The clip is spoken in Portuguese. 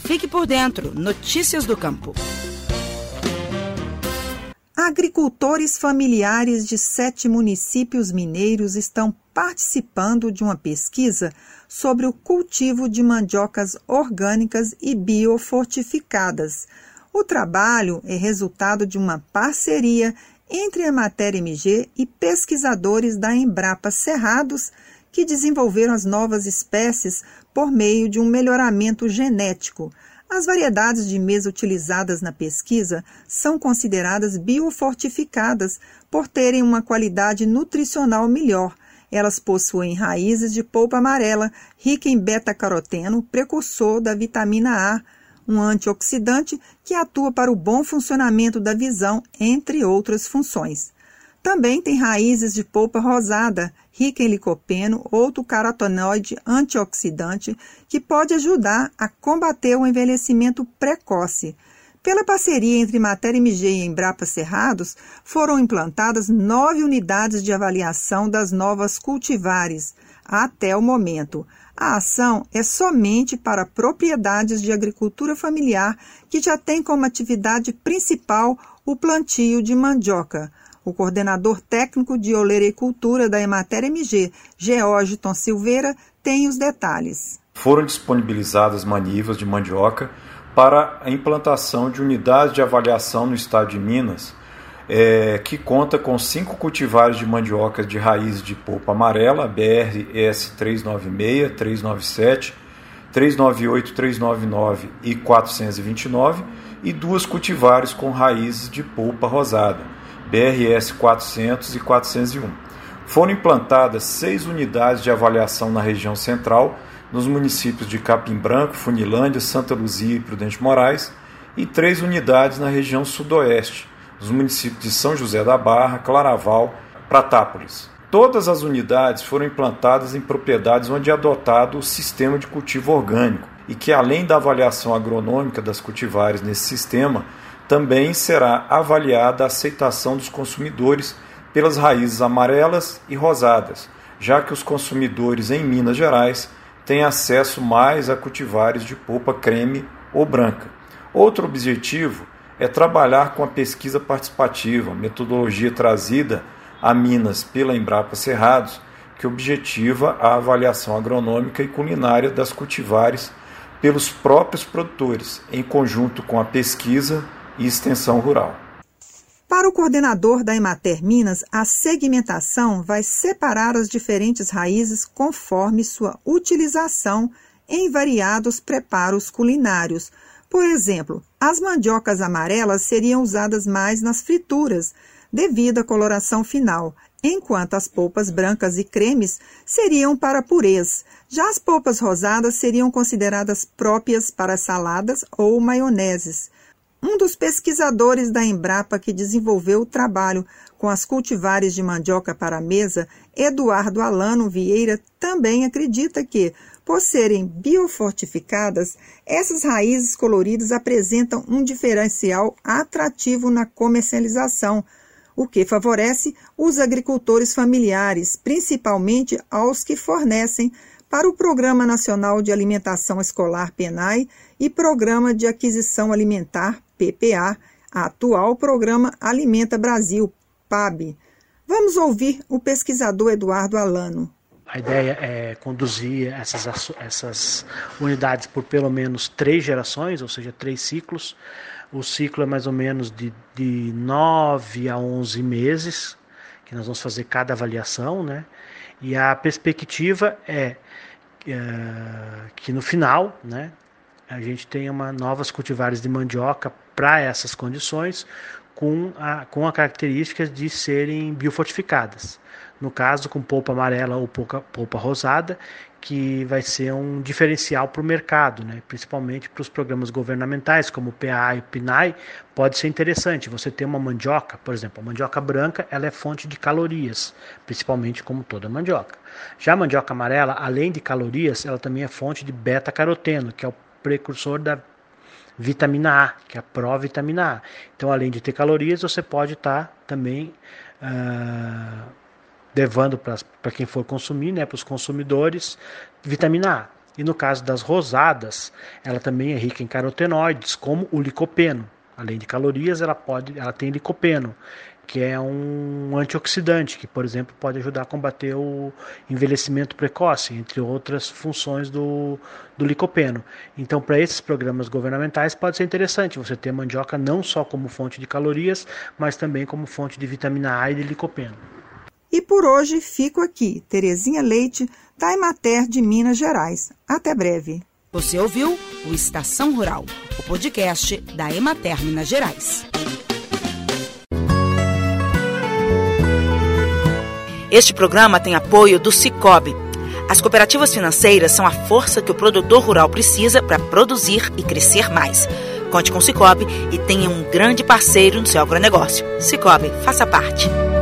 Fique por dentro. Notícias do Campo. Agricultores familiares de 7 municípios mineiros estão participando de uma pesquisa sobre o cultivo de mandiocas orgânicas e biofortificadas. O trabalho é resultado de uma parceria entre a Emater MG e pesquisadores da Embrapa Cerrados, que desenvolveram as novas espécies por meio de um melhoramento genético. As variedades de mesa utilizadas na pesquisa são consideradas biofortificadas por terem uma qualidade nutricional melhor. Elas possuem raízes de polpa amarela, rica em beta-caroteno, precursor da vitamina A, um antioxidante que atua para o bom funcionamento da visão, entre outras funções. Também tem raízes de polpa rosada, rica em licopeno, outro carotenoide antioxidante, que pode ajudar a combater o envelhecimento precoce. Pela parceria entre Emater MG e Embrapa Cerrados, foram implantadas 9 unidades de avaliação das novas cultivares até o momento. A ação é somente para propriedades de agricultura familiar que já têm como atividade principal o plantio de mandioca. O coordenador técnico de olericultura da Emater MG, Geórgio Silveira, tem os detalhes. Foram disponibilizadas manivas de mandioca para a implantação de unidades de avaliação no estado de Minas, que conta com 5 cultivares de mandioca de raiz de polpa amarela, BRS 396, 397, 398, 399 e 429, e 2 cultivares com raízes de polpa rosada, BRS 400 e 401. Foram implantadas 6 unidades de avaliação na região central, nos municípios de Capim Branco, Funilândia, Santa Luzia e Prudente Moraes, e 3 unidades na região sudoeste, nos municípios de São José da Barra, Claraval, Pratápolis. Todas as unidades foram implantadas em propriedades onde é adotado o sistema de cultivo orgânico e que, além da avaliação agronômica das cultivares nesse sistema, também será avaliada a aceitação dos consumidores pelas raízes amarelas e rosadas, já que os consumidores em Minas Gerais têm acesso mais a cultivares de polpa creme ou branca. Outro objetivo é trabalhar com a pesquisa participativa, metodologia trazida a Minas pela Embrapa Cerrados, que objetiva a avaliação agronômica e culinária das cultivares pelos próprios produtores, em conjunto com a pesquisa e extensão rural. Para o coordenador da Emater Minas, a segmentação vai separar as diferentes raízes conforme sua utilização em variados preparos culinários. Por exemplo, as mandiocas amarelas seriam usadas mais nas frituras, devido à coloração final, enquanto as polpas brancas e cremes seriam para purês. Já as polpas rosadas seriam consideradas próprias para saladas ou maioneses. Um dos pesquisadores da Embrapa que desenvolveu o trabalho com as cultivares de mandioca para a mesa, Eduardo Alano Vieira, também acredita que, por serem biofortificadas, essas raízes coloridas apresentam um diferencial atrativo na comercialização, o que favorece os agricultores familiares, principalmente aos que fornecem para o Programa Nacional de Alimentação Escolar PNAE e Programa de Aquisição Alimentar PPA, a atual Programa Alimenta Brasil, PAB. Vamos ouvir o pesquisador Eduardo Alano. A ideia é conduzir essas unidades por pelo menos 3 gerações, ou seja, 3 ciclos. O ciclo é mais ou menos de 9 a 11 meses, que nós vamos fazer cada avaliação, né? E a perspectiva é que no final, né, a gente tenha novas cultivares de mandioca para essas condições, com a característica de serem biofortificadas. No caso, com polpa amarela ou polpa rosada, que vai ser um diferencial para o mercado, né? Principalmente para os programas governamentais, como o PA e o PNAE, pode ser interessante. Você ter uma mandioca, por exemplo, a mandioca branca, ela é fonte de calorias, principalmente como toda mandioca. Já a mandioca amarela, além de calorias, ela também é fonte de beta-caroteno, que é o precursor da vitamina A, que é a provitamina A. Então, além de ter calorias, você pode estar também levando para quem for consumir, né, para os consumidores, vitamina A. E no caso das rosadas, ela também é rica em carotenoides, como o licopeno. Além de calorias, ela tem licopeno, que é um antioxidante, que, por exemplo, pode ajudar a combater o envelhecimento precoce, entre outras funções do licopeno. Então, para esses programas governamentais, pode ser interessante você ter mandioca não só como fonte de calorias, mas também como fonte de vitamina A e de licopeno. E por hoje fico aqui, Terezinha Leite, da Emater de Minas Gerais. Até breve. Você ouviu o Estação Rural, o podcast da Emater Minas Gerais. Este programa tem apoio do Sicoob. As cooperativas financeiras são a força que o produtor rural precisa para produzir e crescer mais. Conte com o Sicoob e tenha um grande parceiro no seu agronegócio. Sicoob, faça parte.